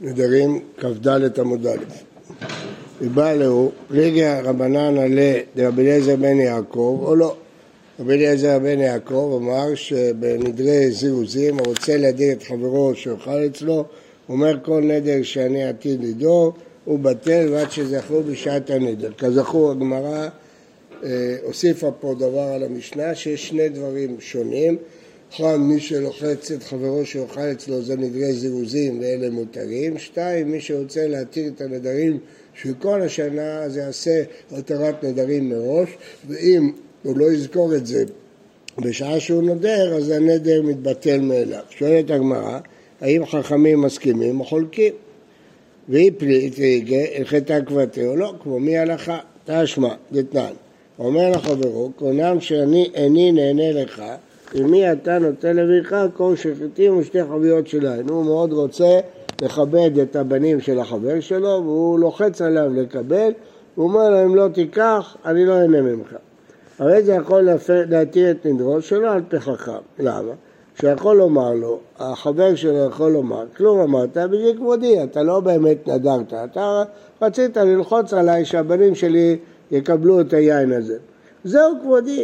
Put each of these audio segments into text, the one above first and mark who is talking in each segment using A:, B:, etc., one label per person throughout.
A: נדרים כ"ד עמוד א'. ובא לו פליגי רבנן עלה דרבי אליעזר בן יעקב או לא. רבי אליעזר בן יעקב אמר שבנדרי זירוזים הרוצה להדיר את חברו שאוכל אצלו, אומר כל נדר שאני עתיד לדור הוא בטל ועד שזכו בשעת הנדר. כזכור הגמרא הוסיפה פה דבר על המשנה שיש שני דברים שונים. אחד, מי שלוחץ את חברו שאוכל אצלו זה נדרי זירוזים ואלה מותרים. שתיים, מי שרוצה להתיר את הנדרים של כל השנה אז יעשה התרת נדרים מראש, ואם הוא לא יזכור את זה בשעה שהוא נודר אז הנדר מתבטל מאליו. שואלת הגמרא, האם חכמים מסכימים או חולקים? והיא פליגי הלכתה כבתי או לא, כמו מי הלכה? תשמע, דתנן. אומר לחברו, קונם שאני איני נהנה לך, ומי אתה נותן לביך כל שחיתים ושתי חביות שלהם. הוא מאוד רוצה לכבד את הבנים של החבר שלו, והוא לוחץ עליו לקבל, הוא אומר לו, אם לא תיקח, אני לא אהנה ממך. הרי זה יכול להתיר את נדרו שלו על פי חכם. למה? שיכול לומר לו, החבר שלו יכול לומר, כלום אמרת, בגלל כבודי, אתה לא באמת נדרת, אתה רצית ללחוץ עליי שהבנים שלי יקבלו את היין הזה. זהו כבודי,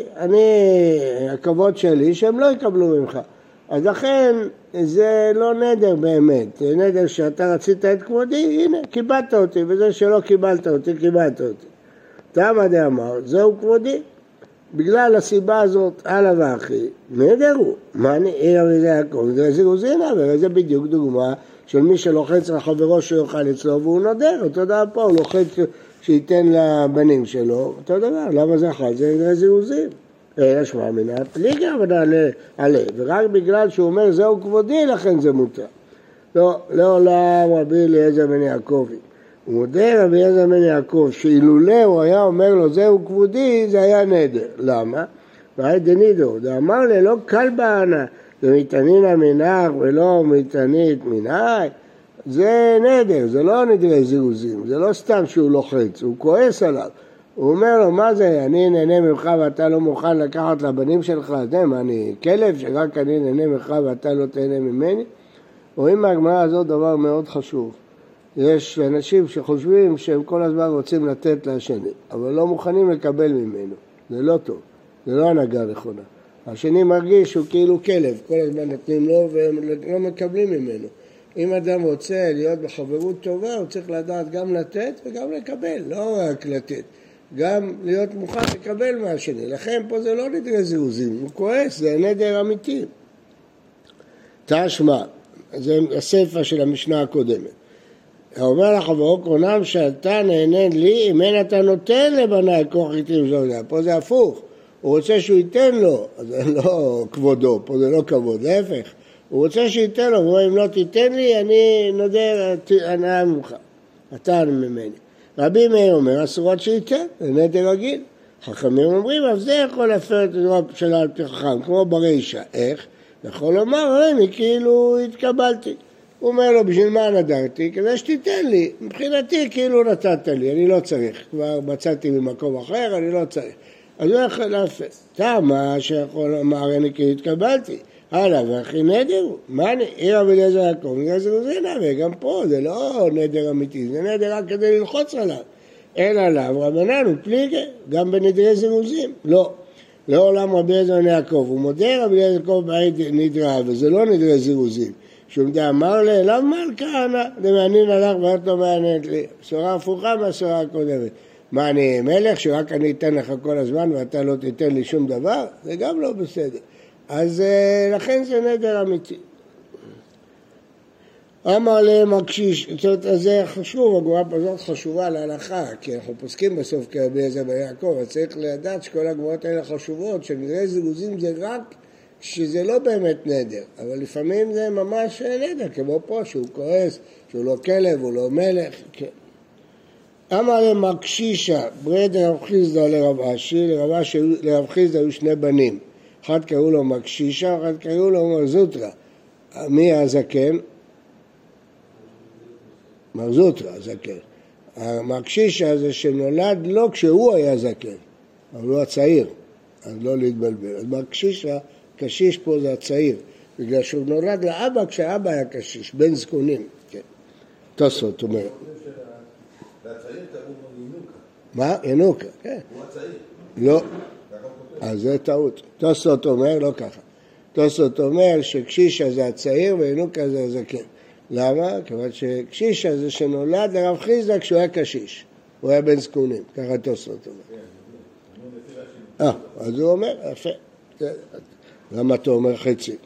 A: הכבוד שלי שהם לא יקבלו ממך. אז לכן זה לא נדר באמת, נדר שאתה רצית את כבודי, הנה, קיבלת אותי, וזה שלא קיבלת אותי, קיבלת אותי. תמה דאמר, זהו כבודי. בגלל הסיבה הזאת, הלאה ואחי, נדר הוא. מה נעיר וזה הכל? זה זירוזינה, וזה בדיוק דוגמה של מי שלוחץ לחברו שיוכל אצלו, והוא נדר, אותו דבר פה, הוא לוחץ שייתן לבנים שלו, אותו דבר, למה זה חל? זה נדרי זירוזים. נשמע מנה, פליגי רבנן עלה, ורק בגלל שהוא אומר זהו כבודי, לכן זה מותר. לא, לעולם רבי אליעזר בן יעקב. הוא מודה רבי אליעזר בן יעקב, שאילולא הוא היה אומר לו זהו כבודי, זה היה נדר. למה? והי דנידו, דאמר לי, לא קל בענה, זה מתענין מנח ולא מתענית מנהי. זה נדר, זה לא נדרי זירוזים, זה לא סתם שהוא לוחץ, הוא כועס עליו. הוא אומר לו, מה זה, אני נהנה ממך ואתה לא מוכן לקחת לבנים שלך, מה, אני כלב שרק אני נהנה ממך ואתה לא תהנה ממני? רואים מהגמרא הזאת דבר מאוד חשוב. יש אנשים שחושבים שהם כל הזמן רוצים לתת לשני, אבל לא מוכנים לקבל ממנו, זה לא טוב, זה לא הנהגה נכונה. השני מרגיש שהוא כאילו כלב, כל הזמן נותנים לו והם לא מקבלים ממנו. אם אדם רוצה להיות בחברות טובה, הוא צריך לדעת גם לתת וגם לקבל, לא רק לתת. גם להיות מוכן לקבל מהשני. לכן פה זה לא נדרי זירוזים, הוא כועס, זה נדר אמיתי. תשמע, זה הספר של המשנה הקודמת. הוא אומר לחברו, קונם שאתה נהנה לי, אם אין אתה נותן לבני כוח חיתים זו. פה זה הפוך, הוא רוצה שהוא ייתן לו, אז זה לא כבודו, פה זה לא כבוד, להפך. הוא רוצה שייתן לו, הוא אומר, אם לא תיתן לי, אני נודר הנאה ממך, אתה ממני. רבי מאיר אומר, אסורות שייתן, זה נדר רגיל. חכמים אומרים, אז זה יכול להפר את הדבר שלה על פי חכם, כמו ברישה. איך? יכול לומר, אני כאילו התקבלתי. הוא אומר לו, בשביל מה נדרתי? כדי שתיתן לי. מבחינתי כאילו נתת לי, אני לא צריך. כבר מצאתי ממקום אחר, אני לא צריך. אז הוא יכול להפר. תמה שיכול לומר, אני כאילו התקבלתי. הלאה, והכי נדר, מה נעיר רבי אליעזר יעקב? נדרי זירוזים, וגם פה זה לא נדר אמיתי, זה נדר רק כדי ללחוץ עליו. אין עליו, רבנן הוא פליגי, גם בנדרי זירוזים. לא, לעולם רבי אליעזר בן יעקב, הוא מודה רבי אליעזר יעקב בעד נדרה, וזה לא נדרי זירוזים. שהוא אמר לי, למה כהנא? זה מעניין עליך ואת לא מעניינת לי. בשורה הפוכה מהשורה הקודמת. מה, אני מלך שרק אני אתן לך כל הזמן ואתה לא תיתן לי שום דבר? זה גם לא בסדר. אז לכן זה נדר אמיתי. אמר להם הקשיש, זאת אומרת, זה חשוב, הגמרא הזאת חשובה להלכה, כי אנחנו פוסקים בסוף כרבי אליעזר בן יעקב, אז צריך לדעת שכל הגמרות האלה חשובות, שנדרי זירוזים זה רק שזה לא באמת נדר, אבל לפעמים זה ממש נדר, כמו פה, שהוא כועס, שהוא לא כלב, הוא לא מלך. כן. אמר להם הקשישה, ברד רב חיסדא לרב אשי, לרב חיסדא היו שני בנים. אחד קראו לו מקשישה, אחד קראו לו מרזוטרה. מי הזקן? מרזוטרה, הזקן. המקשישה זה שנולד לא כשהוא היה זקן, אבל הוא הצעיר, אז לא להתבלבל. אז מקשישה, קשיש פה זה הצעיר, בגלל שהוא נולד לאבא כשהאבא היה קשיש, בן זקונים. כן. תוספות אומר. מה? ינוקה, כן.
B: הוא הצעיר.
A: לא. אז זה טעות. תוספות אומר לא ככה. תוספות אומר שקשישה זה הצעיר וינוקה זה הזקן. למה? כיוון שקשישה זה שנולד לרב חיסדא כשהוא היה קשיש. הוא היה בן זקונים, ככה תוספות אומר. אז הוא אומר, יפה. למה אתה אומר חצי?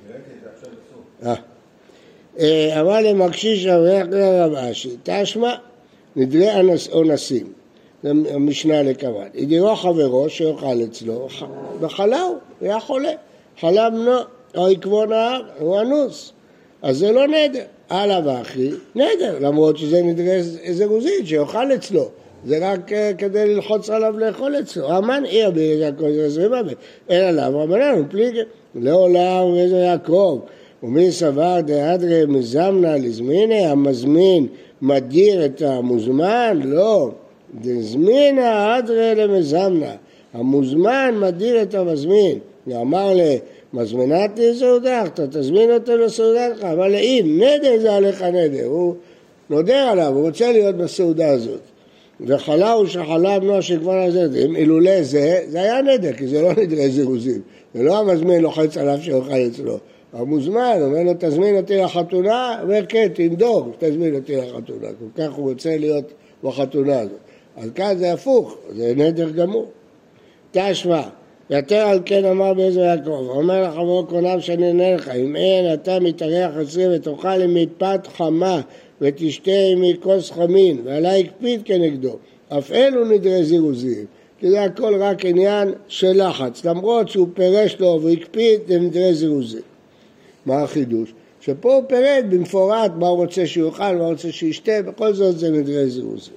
A: אמר למקשיש אברך לרב אשי, תשמע, נדרי אונסים, זה המשנה לקב"ד, ידירו חברו שיאכל אצלו, וחלה הוא היה חולה, חלה בנו, או עקבו נהר, הוא אנוס, אז זה לא נדר, עליו אחי, נדר, למרות שזה נדרי זירוזין שיאכל אצלו, זה רק כדי ללחוץ עליו לאכול אצלו, אמן אי אבי אלא לאו רבנן, פליגי, לעולם ואיזה יעקב, ומי סבר דאדרי מזמנה לזמיני, המזמין מדיר את המוזמן? לא, דזמינה אדרי למזמנה, המוזמן מדיר את המזמין, ואמר למזמנת לסעודך, אתה תזמין אותו לסעודתך, אבל אם נדר זה עליך נדר, הוא נודר עליו, הוא רוצה להיות בסעודה הזאת. וחלה הוא שחלה בנו שכבר הזרדים, אילולא זה היה נדר, כי זה לא נדרי זירוזים, ולא המזמין לוחץ עליו שאוכל אצלו. המוזמן אומר לו תזמין אותי לחתונה, אומר כן תנדור, תזמין אותי לחתונה, כל כך הוא רוצה להיות בחתונה הזאת. אז כאן זה הפוך, זה נדר גמור. תשמע, יותר על כן אמר בעזר יעקב, אומר לחברו קונם שאני אענה לך, אם אין אתה מתארח עשרים ותאכל מפת חמה ותשתה מכוס חמין, ועלי הקפיד כנגדו, אף אלו נדרי זירוזים, כי זה הכל רק עניין של לחץ, למרות שהוא פירש לו והקפיד לנדרי זירוזים. מה החידוש? שפה הוא פירט במפורט מה הוא רוצה שיוכל, מה הוא רוצה שישתה, בכל זאת זה נדרי זירוזים.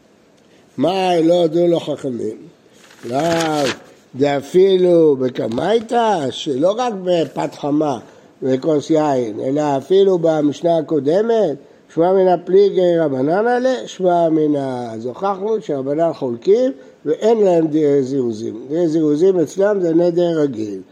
A: מה לא ידעו לו חכמים? לא, זה אפילו בקמייתא, שלא רק בפת חמה וכוס יין, אלא אפילו במשנה הקודמת, שמע מן הפליגי רבנן עלה, שמע מן הזוכחנו שרבנן חולקים ואין להם נדרי זירוזים. נדרי זירוזים אצלם זה נדר רגיל.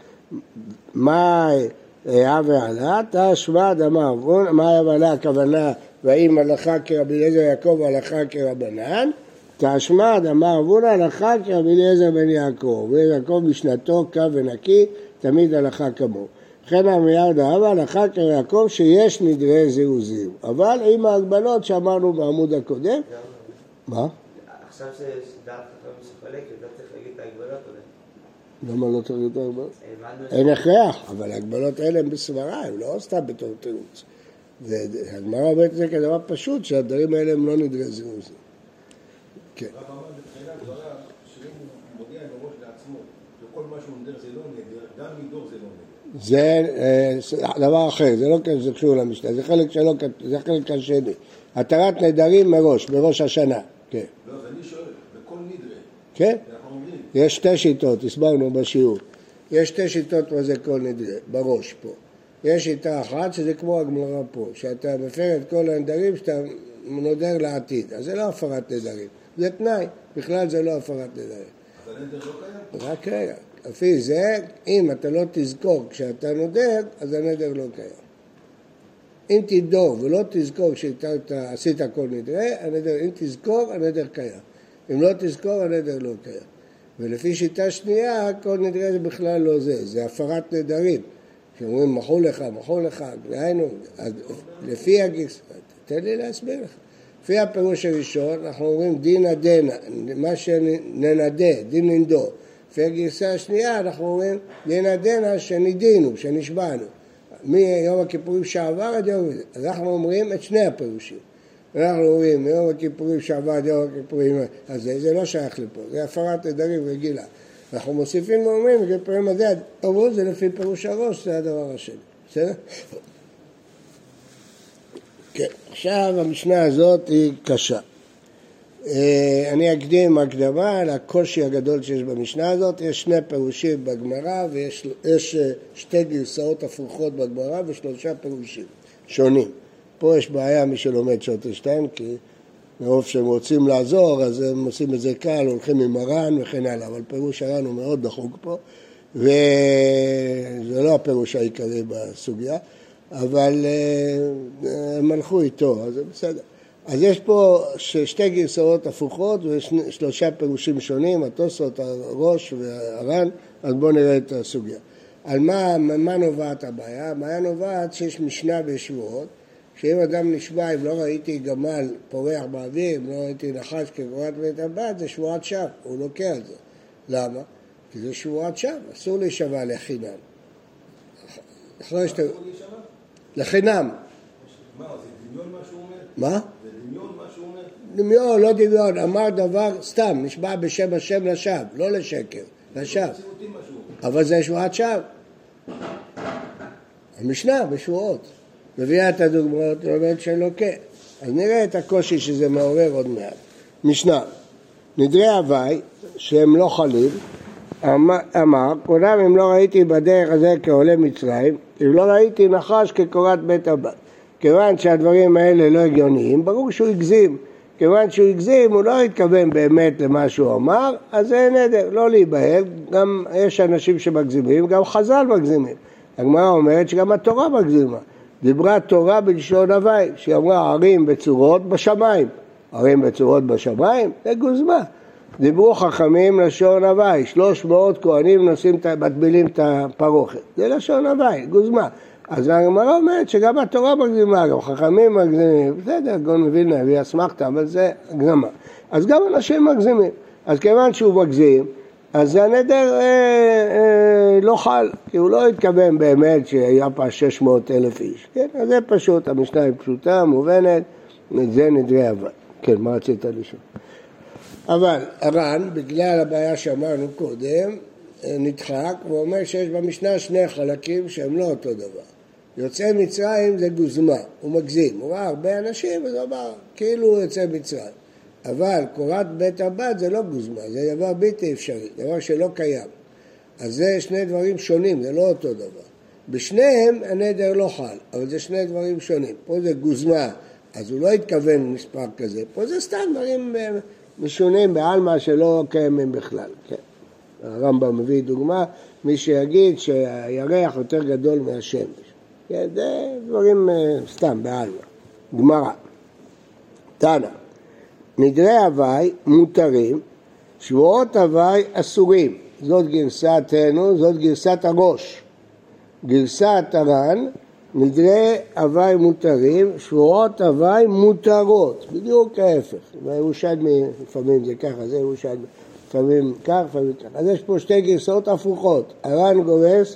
A: מה ועלה, תשמע דמה, מה ועלה הכוונה, והאם הלכה כרבי אליעזר יעקב הלכה כרבנן, תשמע דמה אבונה הלכה כרבי אליעזר בן יעקב, ויעקב משנתו קו ונקי, תמיד הלכה כמוהו. לכן אמייר דאבה הלכה כיעקב שיש נדרי זירוזים, אבל עם ההגבלות שאמרנו בעמוד הקודם. מה?
C: עכשיו שדעת חלק, אתה צריך להגיד את ההגבלות או לא?
A: למה לא צריך את ההגבלות? אין הכרח, אבל ההגבלות האלה הן בסברה, הן לא סתם בתור תירוץ. והגמרא אומרת את זה כדבר פשוט, שהדברים האלה הם לא נדרי זירוזים. כן.
B: הרב אמר בתחילה דבריו, שאם הוא מודיע מראש לעצמו, וכל מה שהוא נדר זה לא נדר, גם מדור זה לא נדר.
A: זה דבר אחר, זה לא זה קשור למשנה, זה חלק השני. התרת נדרים מראש השנה. כן.
B: לא, אז אני שואל, בכל נדרה.
A: כן? יש שתי שיטות, הסברנו בשיעור. יש שתי שיטות מה זה כל נדרה, בראש פה. יש שיטה אחת שזה כמו הגמרא פה, שאתה מפר את כל הנדרים שאתה נודר לעתיד. אז זה לא הפרת נדרים, זה תנאי, בכלל זה לא הפרת נדרים.
B: אז הנדר לא קיים?
A: רק רגע, לפי זה, אם אתה לא תזכור כשאתה נודר, אז הנדר לא קיים. אם תדור ולא תזכור כשעשית כל נדרה, אם תזכור, הנדר קיים. אם לא תזכור, הנדר לא קיים. ולפי שיטה שנייה, כל נדרה זה בכלל לא זה, זה הפרת נדרים. שאומרים, מחול לך, דהיינו, לפי הגיס, תן לי להסביר לך. לפי הפירוש הראשון, אנחנו אומרים דינא דנא, מה שננדה, דין ננדו. לפי הגרסה השנייה, אנחנו אומרים דינא דנא שנידינו, שנשבענו. מיום הכיפורים שעבר עד יום, אז אנחנו אומרים את שני הפירושים. אנחנו אומרים, מיום הכיפורים שעבר עד יום הכיפורים, אז זה לא שייך לפה, זה הפרת נדרים רגילה. אנחנו מוסיפים ואומרים, כפרים הזה, אומרים, זה לפי פירוש הראש, זה הדבר השני. בסדר? כן, עכשיו המשנה הזאת היא קשה. אני אקדים הקדמה על הקושי הגדול שיש במשנה הזאת. יש שני פירושים בגמרא ויש שתי גרסאות הפוכות בגמרא ושלושה פירושים שונים. פה יש בעיה מי שלומד שוטרשטיין, כי מרוב שהם רוצים לעזור, אז הם עושים את זה קל, הולכים עם מרן וכן הלאה, אבל פירוש הר"ן הוא מאוד דחוק פה, וזה לא הפירוש העיקרי בסוגיה, אבל הם הלכו איתו, אז זה בסדר. אז יש פה שתי גרסאות הפוכות ושלושה פירושים שונים, התוספות, הראש והר"ן, אז בואו נראה את הסוגיה. על מה נובעת הבעיה? הבעיה נובעת שיש משנה בשבועות, שאם אדם נשבע, אם לא ראיתי גמל פורח באוויר, אם לא ראיתי נחש כקורת בית הבת, זה שבועת שווא, הוא לוקח על זה. למה? כי זה שבועת שווא, אסור להישבע לחינם. לחינם.
B: מה, זה דמיון מה שהוא אומר?
A: מה?
B: זה דמיון מה שהוא אומר?
A: דמיון, לא דמיון, אמר דבר סתם, נשבע בשם השם לשווא, לא לשקר, לשווא. אבל זה שבועת שווא. המשנה בשבועות. מביאה את הדוגמאות, ואומרת שלא כן. אז נראה את הקושי שזה מעורר עוד מעט. משנה, נדרי הווי, שהם לא חלים, אמר, קודם אם לא ראיתי בדרך הזה כעולה מצרים, אם לא ראיתי נחש כקורת בית הבת. כיוון שהדברים האלה לא הגיוניים, ברור שהוא הגזים. כיוון שהוא הגזים, הוא לא התכוון באמת למה שהוא אמר, אז זה נדר, לא להיבהל. גם יש אנשים שמגזימים, גם חז"ל מגזימים. הגמרא אומרת שגם התורה מגזימה. דיברה תורה בלשון הווי, שהיא אמרה ערים בצורות בשמיים. ערים בצורות בשמיים, זה גוזמה. דיברו חכמים לשון הווי, 300 כהנים מטבילים את הפרוכת. זה לשון הווי, גוזמה. אז הגמרא אומרת שגם התורה מגזימה, גם חכמים מגזימים. בסדר, גאון מווילנה הביא אסמכתא, אבל זה הגזמה. אז גם אנשים מגזימים. אז כיוון שהוא מגזים, אז הנדר לא חל, כי הוא לא התכוון באמת שהיה פה 600,000 איש. כן, אז זה פשוט, המשנה היא פשוטה, מובנת, זה נדרי הווי. כן, מה רצית לשאול? אבל הר"ן, בגלל הבעיה שאמרנו קודם, נדחק ואומר שיש במשנה שני חלקים שהם לא אותו דבר. יוצא מצרים זה גוזמה, הוא מגזים, הוא ראה הרבה אנשים וזה אמר כאילו הוא יוצא מצרים. אבל קורת בית הבת זה לא גוזמה, זה דבר בלתי אפשרי, דבר שלא קיים. אז זה שני דברים שונים, זה לא אותו דבר. בשניהם הנדר לא חל, אבל זה שני דברים שונים. פה זה גוזמה, אז הוא לא התכוון מספר כזה. פה זה סתם דברים משונים בעלמא שלא קיימים בכלל. כן. הרמב"ם מביא דוגמה, מי שיגיד שהירח יותר גדול מהשמש. כן, זה דברים סתם בעלמא. גמרא. תנא. נדרי הווי מותרים, שבועות הווי אסורים. זאת גרסתנו, זאת גרסת הראש. גרסת הר"ן, נדרי הווי מותרים, שבועות הווי מותרות. בדיוק ההפך. בירושלמי, לפעמים זה ככה, זה ירושלמי. לפעמים כך, לפעמים כך. אז יש פה שתי גרסאות הפוכות. הר"ן גורס,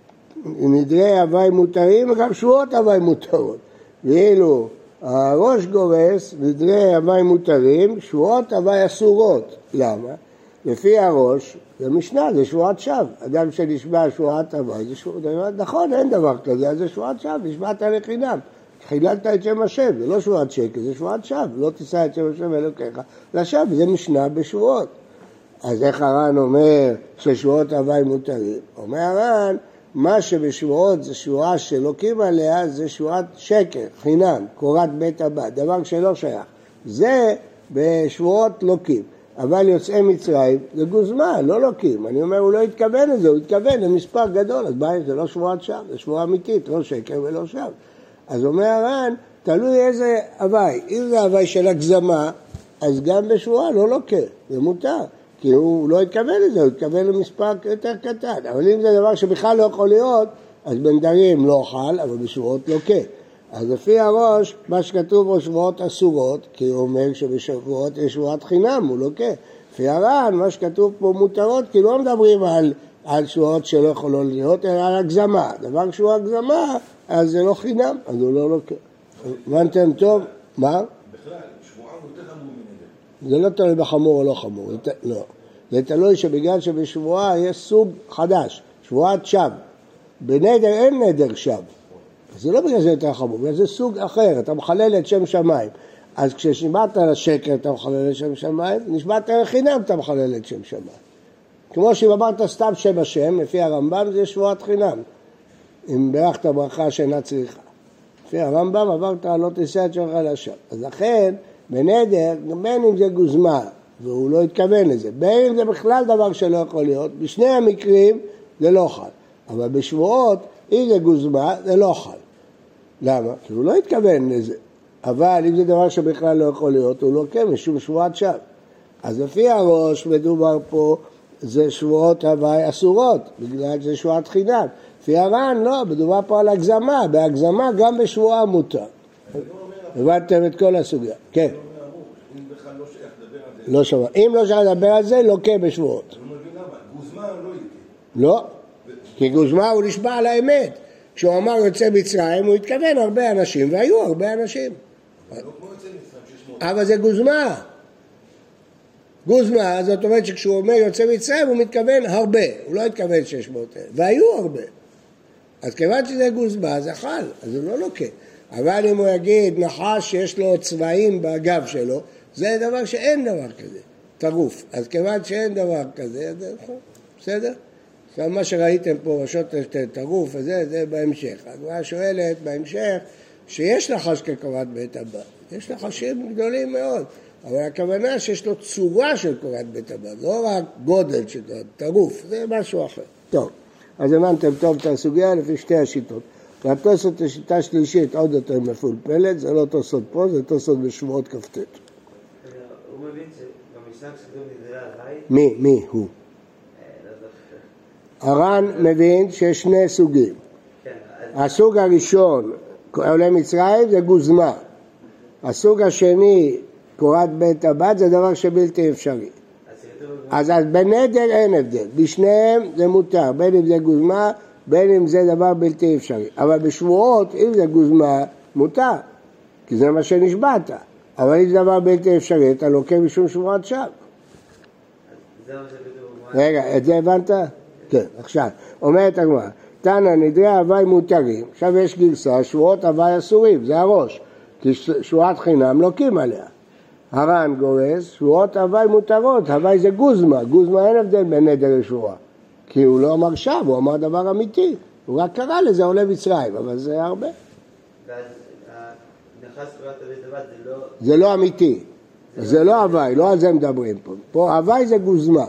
A: נדרי הווי מותרים, וגם שבועות הווי מותרות. ואילו הראש גורס, נדרי הווי מותרים, שבועות הווי אסורות. למה? לפי הראש, זה משנה, זה שבועת שווא. אדם שנשבע שבועת הווי, זה שבועת, נכון, אין דבר כזה, אז זה שבועת שווא, נשבעת לחינם. חיללת את שם השם, זה לא שבועת שקר, זה שבועת שווא. לא תישא את שם השם אלוקיך לשווא, זה משנה בשבועות. אז איך הר"ן אומר ששבועות הווי מותרים? אומר הר"ן, מה שבשבועות זה שבועה שלוקים עליה, זה שבועת שקר, חינם, קורת בית הבת, דבר שלא שייך. זה בשבועות לוקים. אבל יוצאי מצרים זה גוזמה, לא לוקים. אני אומר, הוא לא התכוון לזה, הוא התכוון למספר גדול. אז בעיה, זה לא שבועת שווא, זה שבועה אמיתית, לא שקר ולא שווא. אז אומר הר"ן, תלוי איזה הווי. אם זה הווי של הגזמה, אז גם בשבועה לא לוקה, זה מותר. כי הוא לא התכוון לזה, הוא התכוון למספר יותר קטן. אבל אם זה דבר שבכלל לא יכול להיות, אז בנדרים לא חל, אבל בשבועות לא כן. אז לפי הראש, מה שכתוב בו שבועות אסורות, כי הוא אומר שבשבועות יש שבועת חינם, הוא לא כן. לפי הר"ן, מה שכתוב פה מותרות, כי לא מדברים על שבועות שלא יכולות להיות, אלא על הגזמה. דבר שהוא הגזמה, אז זה לא חינם, אז הוא לא כן. הבנתם טוב? מה?
B: בכלל, שבועה יותר חמור מנדר.
A: זה לא תלוי בחמור או לא חמור, לא. זה תלוי שבגלל שבשבועה יש סוג חדש, שבועת שווא. בנדר אין נדר שווא. זה לא בגלל זה יותר חמור, בגלל זה סוג אחר, אתה מחלל את שם שמיים. אז כשנשבעת לשקר אתה מחלל את שם שמיים, נשבעת לחינם אתה מחלל את שם שמיים. כמו שאם אמרת סתם שם השם, לפי הרמב"ם זה שבועת חינם. אם ברכת ברכה שאינה צריכה. לפי הרמב"ם עברת לא תישא את שמך לשווא. אז לכן, בנדר, בין אם זה גוזמה, והוא לא התכוון לזה, בין אם זה בכלל דבר שלא יכול להיות, בשני המקרים זה לא חל. אבל בשבועות, אם זה גוזמה, זה לא חל. למה? כי הוא לא התכוון לזה. אבל אם זה דבר שבכלל לא יכול להיות, הוא לוקה משום שבועת שווא. אז לפי הראש מדובר פה, זה שבועות הווי אסורות, בגלל שזה שבועת חינם. לפי הר"ן לא, מדובר פה על הגזמה, בהגזמה גם בשבועה מותר. הבנתם את כל הסוגיה. כן.
B: אם בכלל לא שייך לדבר על זה.
A: לא שווה. אם לא שייך לדבר על זה, לוקה בשבועות.
B: אני לא מבין למה, גוזמה לא יהיה.
A: לא, כי גוזמה הוא נשבע על האמת. כשהוא אמר יוצא מצרים, הוא התכוון הרבה אנשים, והיו הרבה אנשים.
B: לא כמו יוצא מצרים, 600.
A: אבל זה גוזמה. גוזמה, זאת אומרת שכשהוא אומר יוצא מצרים, הוא מתכוון הרבה. הוא לא התכוון 600,000, והיו הרבה. אז כיוון שזה גוזמה, זה חל, אז הוא לא לוקה. אבל אם הוא יגיד נחש שיש לו צבעים בגב שלו, זה דבר שאין דבר כזה, טרוף. אז כיוון שאין דבר כזה, זה נכון, בסדר? עכשיו מה שראיתם פה, רשות טרוף וזה, זה בהמשך. הגמרא שואלת בהמשך, שיש נחש כקורת בית הבא. יש נחשים גדולים מאוד, אבל הכוונה שיש לו צורה של קורת בית הבא, לא רק גודל של טרוף, זה משהו אחר. טוב, אז הבנתם טוב את הסוגיה לפי שתי השיטות. והתוספות השיטה שלישית עוד יותר מפולפלת, זה לא תוספות פה, זה תוספות בשבועות כ"ט.
C: הוא מבין שבמשנה כתוב נדלה הווי?
A: מי הוא? הר"ן מבין שיש שני סוגים. הסוג הראשון, עולה מצרים, זה גוזמה. הסוג השני, קורת בית הבת, זה דבר שבלתי אפשרי. אז בנדר אין הבדל. בשניהם זה מותר, בין אם זה גוזמה, בין אם זה דבר בלתי אפשרי. אבל בשבועות, אם זה גוזמה, מותר. כי זה מה שנשבעת. אבל אם זה דבר בלתי אפשרי, אתה לוקח משום שבועת שווא. רגע, את זה הבנת? כן, עכשיו. אומרת הגמרא, תנא נדרי הווי מותרים. עכשיו יש גרסה, שבועות הווי אסורים, זה הראש. כי שבועת חינם לוקים עליה. הר"ן גורס, שבועות הווי מותרות, הווי זה גוזמה. גוזמה אין הבדל בין נדר לשבועה. כי הוא לא אמר שווא, הוא אמר דבר אמיתי. הוא רק קרא לזה עולה מצרים, אבל זה הרבה.
C: ואז נחש קורת בית הבת זה לא...
A: זה לא אמיתי. זה לא הווי, לא על זה מדברים פה. פה הווי זה גוזמה.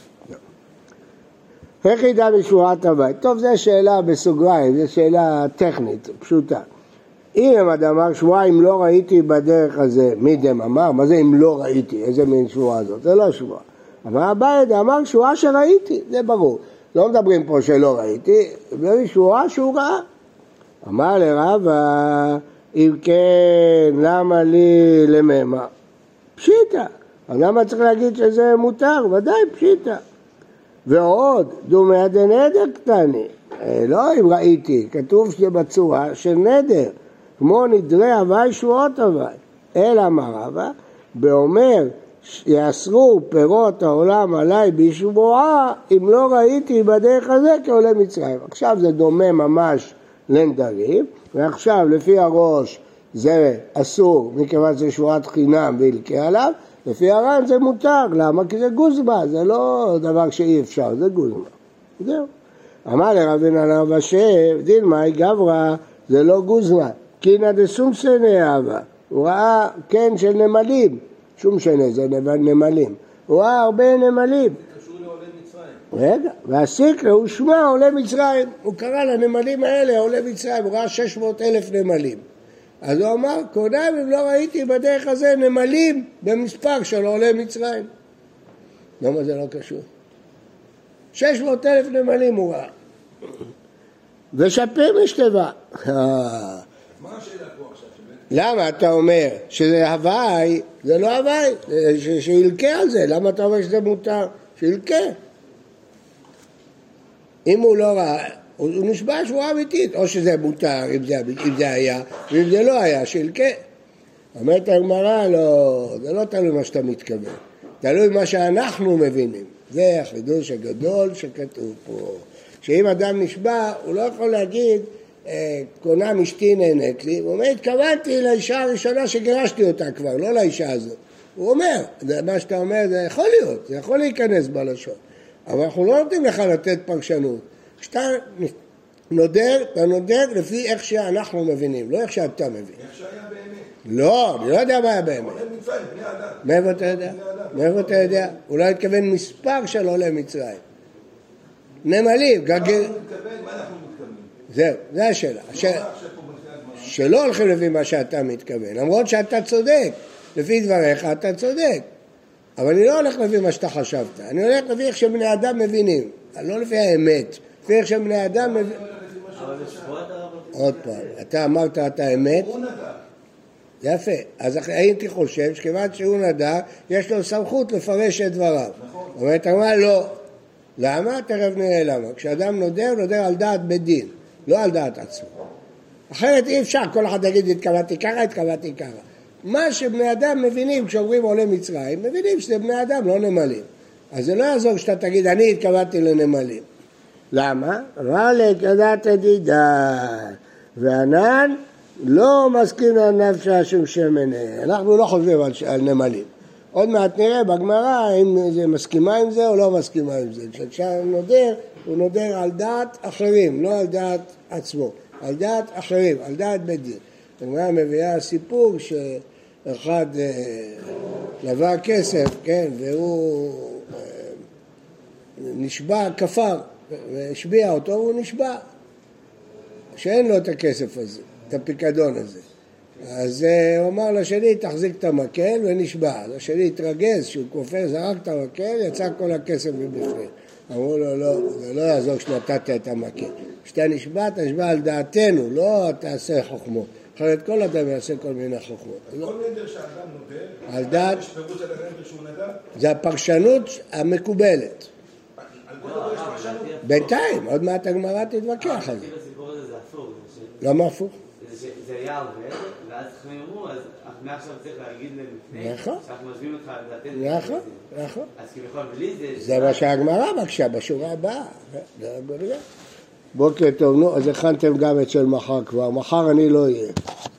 A: איך ידע בשבועת הווי? טוב, זו שאלה בסוגריים, זו שאלה טכנית, פשוטה. אם אדם אמר שבועה, אם לא ראיתי בדרך הזה, מי דם אמר? מה זה אם לא ראיתי? איזה מין שבועה זאת? זה לא שבועה. אבל הבעד אמר שבועה שראיתי, זה ברור. לא מדברים פה שלא ראיתי, זה שבועה שהוא ראה. אמר לרבא, אם כן, למה לי לממה? פשיטה. אז למה צריך להגיד שזה מותר? ודאי פשיטה. ועוד, דומיה דנדר קטני. לא אם ראיתי, כתוב שזה בצורה של נדר. כמו נדרי הווי שבועות הווי. אלא אמר רבא, באומר, יאסרו פירות העולם עליי בשבועה, אם לא ראיתי בדרך הזה כעולה מצרים. עכשיו זה דומה ממש לנדרים, ועכשיו לפי הראש זה אסור, מכיוון זה שבועת חינם וילקה עליו, לפי הר"ן זה מותר. למה? כי זה גוזמה, זה לא דבר שאי אפשר, זה גוזמה. זהו. אמר לרבן רב אשר, דילמאי גברא, זה לא גוזמה. קינא דסומסני אהבה. הוא ראה קן של נמלים. שום שני, זה נמלים. הוא ראה הרבה נמלים.
B: זה קשור לעולה מצרים.
A: רגע, והסיקרא הוא שמע עולה מצרים. הוא קרא לנמלים האלה עולה מצרים, הוא ראה 600,000 נמלים. אז הוא אמר, קודם אם לא ראיתי בדרך הזה נמלים במספר של עולה מצרים. למה זה לא קשור? 600,000 נמלים הוא ראה. ושפים משתבה.
B: מה השאלה פה עכשיו?
A: למה אתה אומר שזה הווי, זה לא הווי, שילקה על זה, למה אתה אומר שזה מותר? שילקה. אם הוא לא ראה, הוא נשבע שבועה אמיתית, או שזה מותר אם זה היה, ואם זה לא היה, שילקה. אומרת הגמרא, לא, זה לא תלוי מה שאתה מתכוון, תלוי מה שאנחנו מבינים. זה החידוש הגדול שכתוב פה. שאם אדם נשבע, הוא לא יכול להגיד, קונה משתי נהנית לי, הוא אומר, התכוונתי לאישה הראשונה שגירשתי אותה כבר, לא לאישה הזאת. הוא אומר, מה שאתה אומר זה יכול להיות, זה יכול להיכנס בלשון, אבל אנחנו לא נותנים לך לתת פרשנות. כשאתה נודר, אתה נודר לפי איך שאנחנו מבינים, לא איך שאתה מבין.
B: איך שהיה באמת.
A: לא, אני לא יודע מה היה באמת.
B: עולה מצרים, בני אדם.
A: מאיפה אתה יודע? מאיפה אתה יודע? אולי התכוון מספר של עולה מצרים. נמלים, גגר...
B: מה אנחנו מתכוונים?
A: זהו, זה השאלה. שלא הולכים לפי מה שאתה מתכוון, למרות שאתה צודק, לפי דבריך אתה צודק, אבל אני לא הולך לפי מה שאתה חשבת, אני הולך לפי איך שבני אדם מבינים, לא לפי האמת, לפי איך שבני אדם מבינים. עוד פעם, אתה אמרת את האמת?
B: הוא נדע.
A: יפה, אז הייתי חושב שכיוון שהוא נדע, יש לו סמכות לפרש את דבריו.
B: נכון.
A: אבל אתה אומר לא. למה? תכף נראה למה. כשאדם נודר, נודר על דעת בית דין, לא על דעת עצמו. אחרת אי אפשר, כל אחד יגיד התכוונתי ככה, התכוונתי ככה. מה שבני אדם מבינים כשאומרים עולה מצרים, מבינים שזה בני אדם, לא נמלים. אז זה לא יעזור שאתה תגיד אני התכוונתי לנמלים. למה? אמר לכדת עדידה, וענן לא מסכים לנפשה שום שמנה. אנחנו לא חושבים על נמלים. עוד מעט נראה בגמרא אם זה מסכימה עם זה או לא מסכימה עם זה. כשאדם נודר, הוא נודר על דעת אחרים, לא על דעת עצמו. על דעת אחרים, על דעת בית דין. הגמרא מביאה סיפור שאחד לווה כסף, כן, והוא נשבע כפר, והשביע אותו והוא נשבע. שאין לו את הכסף הזה, את הפיקדון הזה. אז הוא אמר לשני, תחזיק את המקל ונשבע. אז השני התרגז, שהוא כופר, זרק את המקל, יצא כל הכסף מבפנים. אמרו לו, לא, זה לא יעזור שנתת את המקל. כשאתה נשבע, אתה נשבע על דעתנו, לא תעשה חוכמות. אחרת כל אדם יעשה כל מיני חוכמות.
B: כל נדר שהאדם נודר,
A: על דעת,
B: יש פירוש על הנדר שהוא נדר?
A: זה הפרשנות המקובלת.
B: על כל דבר יש פרשנות?
A: בינתיים, עוד מעט הגמרא תתווכח על זה.
C: הסיפור הזה זה הפוך.
A: למה הפוך?
C: זה היה עובד, ואז חכמים אמרו, אז מעכשיו צריך להגיד להם לפני,
A: נכון.
C: שאנחנו משווים אותך על דעתנו.
A: נכון, נכון.
C: אז כביכול בלי זה...
A: זה מה שהגמרא בקשה בשורה הבאה. בוקר טוב, נו, אז הכנתם גם את של מחר כבר, מחר אני לא אהיה.